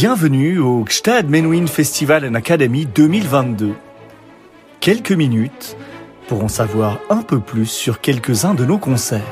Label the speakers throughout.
Speaker 1: Bienvenue au Gstad Menuhin Festival and Academy 2022. Quelques minutes pour en savoir un peu plus sur quelques-uns de nos concerts.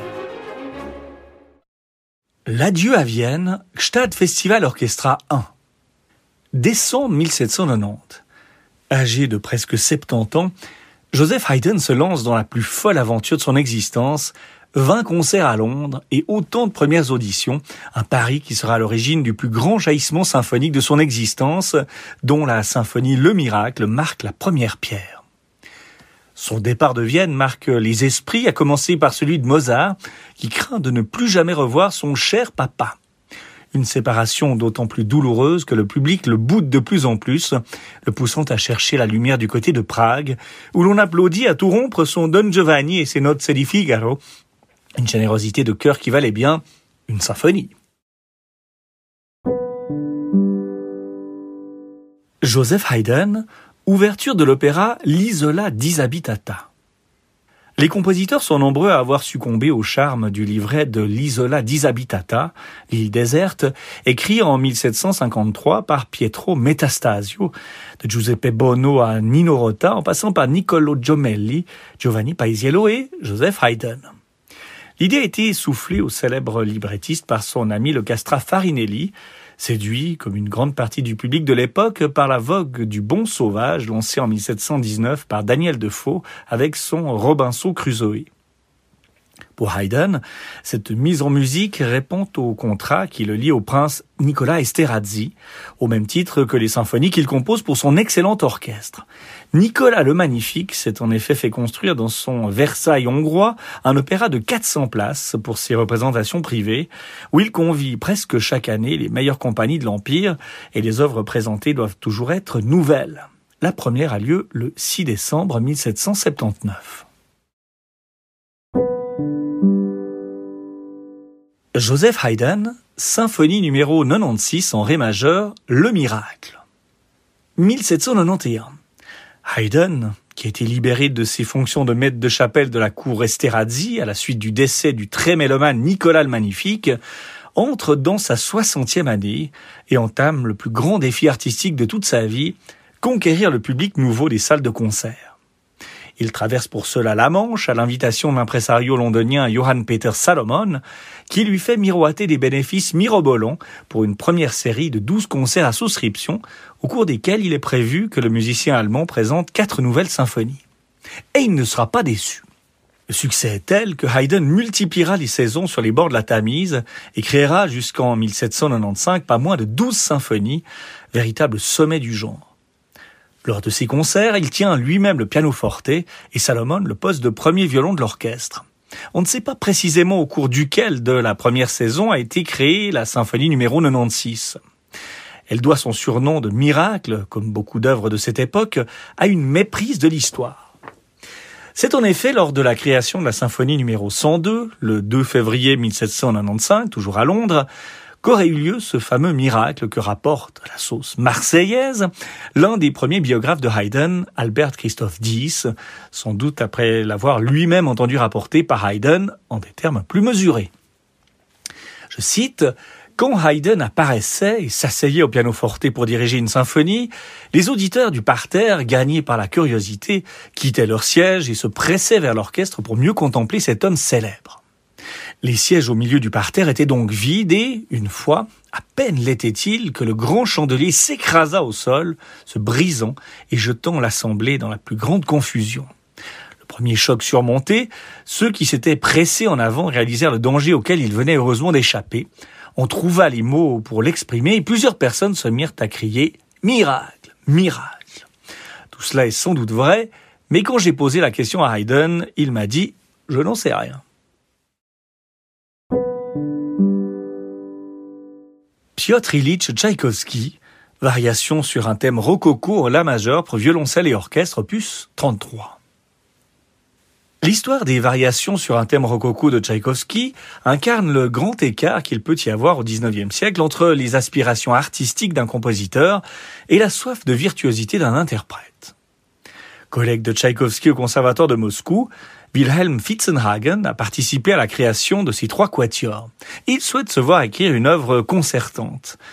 Speaker 1: L'adieu à Vienne, Gstad Festival Orchestra 1. Décembre 1790. Âgé de presque 70 ans, Joseph Haydn se lance dans la plus folle aventure de son existence, 20 concerts à Londres et autant de premières auditions, un pari qui sera à l'origine du plus grand jaillissement symphonique de son existence, dont la symphonie Le Miracle marque la première pierre. Son départ de Vienne marque les esprits, à commencer par celui de Mozart, qui craint de ne plus jamais revoir son cher papa. Une séparation d'autant plus douloureuse que le public le boude de plus en plus, le poussant à chercher la lumière du côté de Prague, où l'on applaudit à tout rompre son Don Giovanni et ses Nozze di Figaro, une générosité de cœur qui valait bien une symphonie. Joseph Haydn, ouverture de l'opéra L'Isola Disabitata. Les compositeurs sont nombreux à avoir succombé au charme du livret de L'Isola Disabitata, l'île déserte, écrit en 1753 par Pietro Metastasio, de Giuseppe Bonno à Nino Rota, en passant par Niccolò Jommelli, Giovanni Paisiello et Joseph Haydn. L'idée a été soufflée au célèbre librettiste par son ami le castrat Farinelli, séduit, comme une grande partie du public de l'époque, par la vogue du Bon Sauvage lancée en 1719 par Daniel Defoe avec son Robinson Crusoe. Pour Haydn, cette mise en musique répond au contrat qui le lie au prince Nicola Esterhazy, au même titre que les symphonies qu'il compose pour son excellent orchestre. Nicolas le Magnifique s'est en effet fait construire dans son Versailles hongrois un opéra de 400 places pour ses représentations privées, où il convie presque chaque année les meilleures compagnies de l'Empire, et les œuvres présentées doivent toujours être nouvelles. La première a lieu le 6 décembre 1779. Joseph Haydn, symphonie numéro 96 en ré majeur, Le Miracle. 1791. Haydn, qui a été libéré de ses fonctions de maître de chapelle de la cour Esterhazy à la suite du décès du très mélomane Nicolas le Magnifique, entre dans sa 60e année et entame le plus grand défi artistique de toute sa vie, conquérir le public nouveau des salles de concert. Il traverse pour cela la Manche à l'invitation de l'impresario londonien Johann Peter Salomon, qui lui fait miroiter des bénéfices mirobolants pour une première série de 12 concerts à souscription, au cours desquels il est prévu que le musicien allemand présente 4 nouvelles symphonies. Et il ne sera pas déçu. Le succès est tel que Haydn multipliera les saisons sur les bords de la Tamise et créera jusqu'en 1795 pas moins de 12 symphonies, véritable sommet du genre. Lors de ses concerts, il tient lui-même le pianoforte et Salomon le poste de premier violon de l'orchestre. On ne sait pas précisément au cours duquel de la première saison a été créée la symphonie numéro 96. Elle doit son surnom de miracle, comme beaucoup d'œuvres de cette époque, à une méprise de l'histoire. C'est en effet lors de la création de la symphonie numéro 102, le 2 février 1795, toujours à Londres, qu'aurait eu lieu ce fameux miracle que rapporte la sauce marseillaise, l'un des premiers biographes de Haydn, Albert Christoph Dies, sans doute après l'avoir lui-même entendu rapporter par Haydn en des termes plus mesurés. Je cite: « Quand Haydn apparaissait et s'asseyait au pianoforte pour diriger une symphonie, les auditeurs du parterre, gagnés par la curiosité, quittaient leur siège et se pressaient vers l'orchestre pour mieux contempler cet homme célèbre. Les sièges au milieu du parterre étaient donc vides et, une fois, à peine l'était-il que le grand chandelier s'écrasa au sol, se brisant et jetant l'assemblée dans la plus grande confusion. Le premier choc surmonté, ceux qui s'étaient pressés en avant réalisèrent le danger auquel ils venaient heureusement d'échapper. On trouva les mots pour l'exprimer et plusieurs personnes se mirent à crier « Miracle, miracle !» Tout cela est sans doute vrai, mais quand j'ai posé la question à Haydn, il m'a dit « Je n'en sais rien ». Piotr Ilyich Tchaïkovski, variation sur un thème rococo en la majeur pour violoncelle et orchestre, opus 33. L'histoire des variations sur un thème rococo de Tchaïkovski incarne le grand écart qu'il peut y avoir au XIXe siècle entre les aspirations artistiques d'un compositeur et la soif de virtuosité d'un interprète. Collègue de Tchaïkovski au Conservatoire de Moscou, Wilhelm Fitzenhagen a participé à la création de ces 3 quatuors. Il souhaite se voir écrire une œuvre concertante.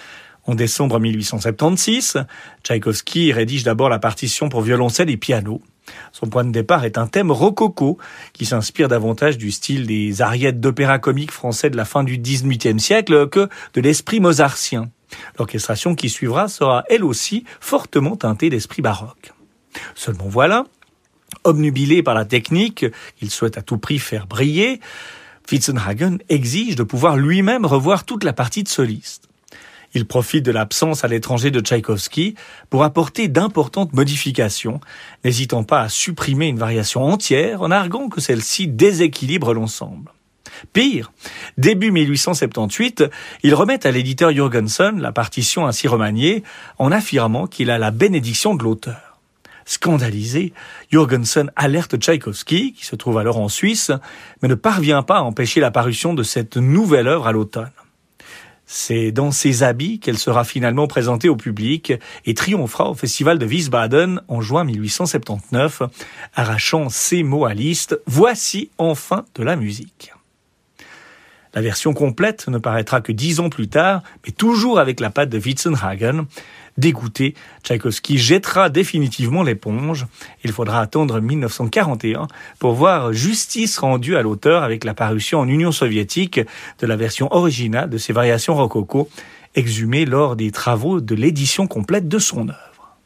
Speaker 1: En décembre 1876, Tchaïkovski rédige d'abord la partition pour violoncelle et piano. Son point de départ est un thème rococo qui s'inspire davantage du style des ariettes d'opéra comique français de la fin du XVIIIe siècle que de l'esprit mozartien. L'orchestration qui suivra sera elle aussi fortement teintée d'esprit baroque. Seulement voilà, obnubilé par la technique qu'il souhaite à tout prix faire briller, Vizgenhagen exige de pouvoir lui-même revoir toute la partie de soliste. Il profite de l'absence à l'étranger de Tchaïkovski pour apporter d'importantes modifications, n'hésitant pas à supprimer une variation entière en arguant que celle-ci déséquilibre l'ensemble. Pire, début 1878, il remet à l'éditeur Jürgenson la partition ainsi remaniée en affirmant qu'il a la bénédiction de l'auteur. Scandalisé, Jürgenson alerte Tchaïkovski, qui se trouve alors en Suisse, mais ne parvient pas à empêcher la parution de cette nouvelle œuvre à l'automne. C'est dans ces habits qu'elle sera finalement présentée au public et triomphera au festival de Wiesbaden en juin 1879, arrachant ces mots à Liszt « Voici enfin de la musique ». La version complète ne paraîtra que 10 ans plus tard, mais toujours avec la patte de Vizgenhagen. Dégoûté, Tchaïkovski jettera définitivement l'éponge. Il faudra attendre 1941 pour voir justice rendue à l'auteur avec la parution en Union soviétique de la version originale de ses variations rococo, exhumées lors des travaux de l'édition complète de son œuvre.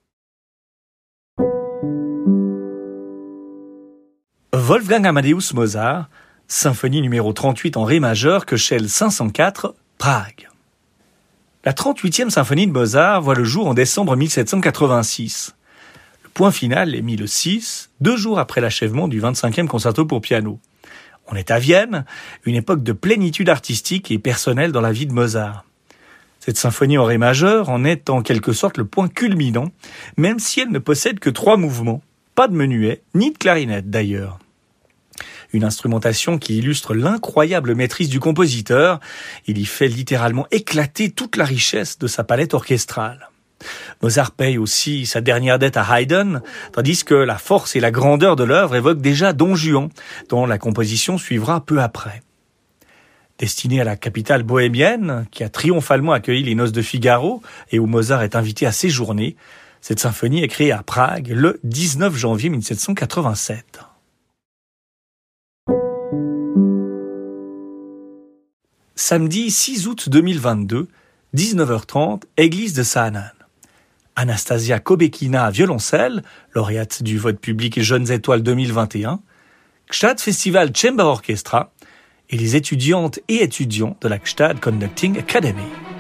Speaker 1: Wolfgang Amadeus Mozart, symphonie numéro 38 en ré majeur, Köchel 504, Prague. La 38e symphonie de Mozart voit le jour en décembre 1786. Le point final est mis le 6, 2 jours après l'achèvement du 25e concerto pour piano. On est à Vienne, une époque de plénitude artistique et personnelle dans la vie de Mozart. Cette symphonie en ré majeur en est en quelque sorte le point culminant, même si elle ne possède que 3 mouvements, pas de menuet, ni de clarinette d'ailleurs. Une instrumentation qui illustre l'incroyable maîtrise du compositeur. Il y fait littéralement éclater toute la richesse de sa palette orchestrale. Mozart paye aussi sa dernière dette à Haydn, tandis que la force et la grandeur de l'œuvre évoquent déjà Don Juan, dont la composition suivra peu après. Destinée à la capitale bohémienne, qui a triomphalement accueilli les noces de Figaro et où Mozart est invité à séjourner, cette symphonie est créée à Prague le 19 janvier 1787. Samedi 6 août 2022, 19h30, église de Saanen. Anastasia Kobekina, violoncelle, lauréate du vote public Jeunes Étoiles 2021, Gstaad Festival Chamber Orchestra et les étudiantes et étudiants de la Gstaad Conducting Academy.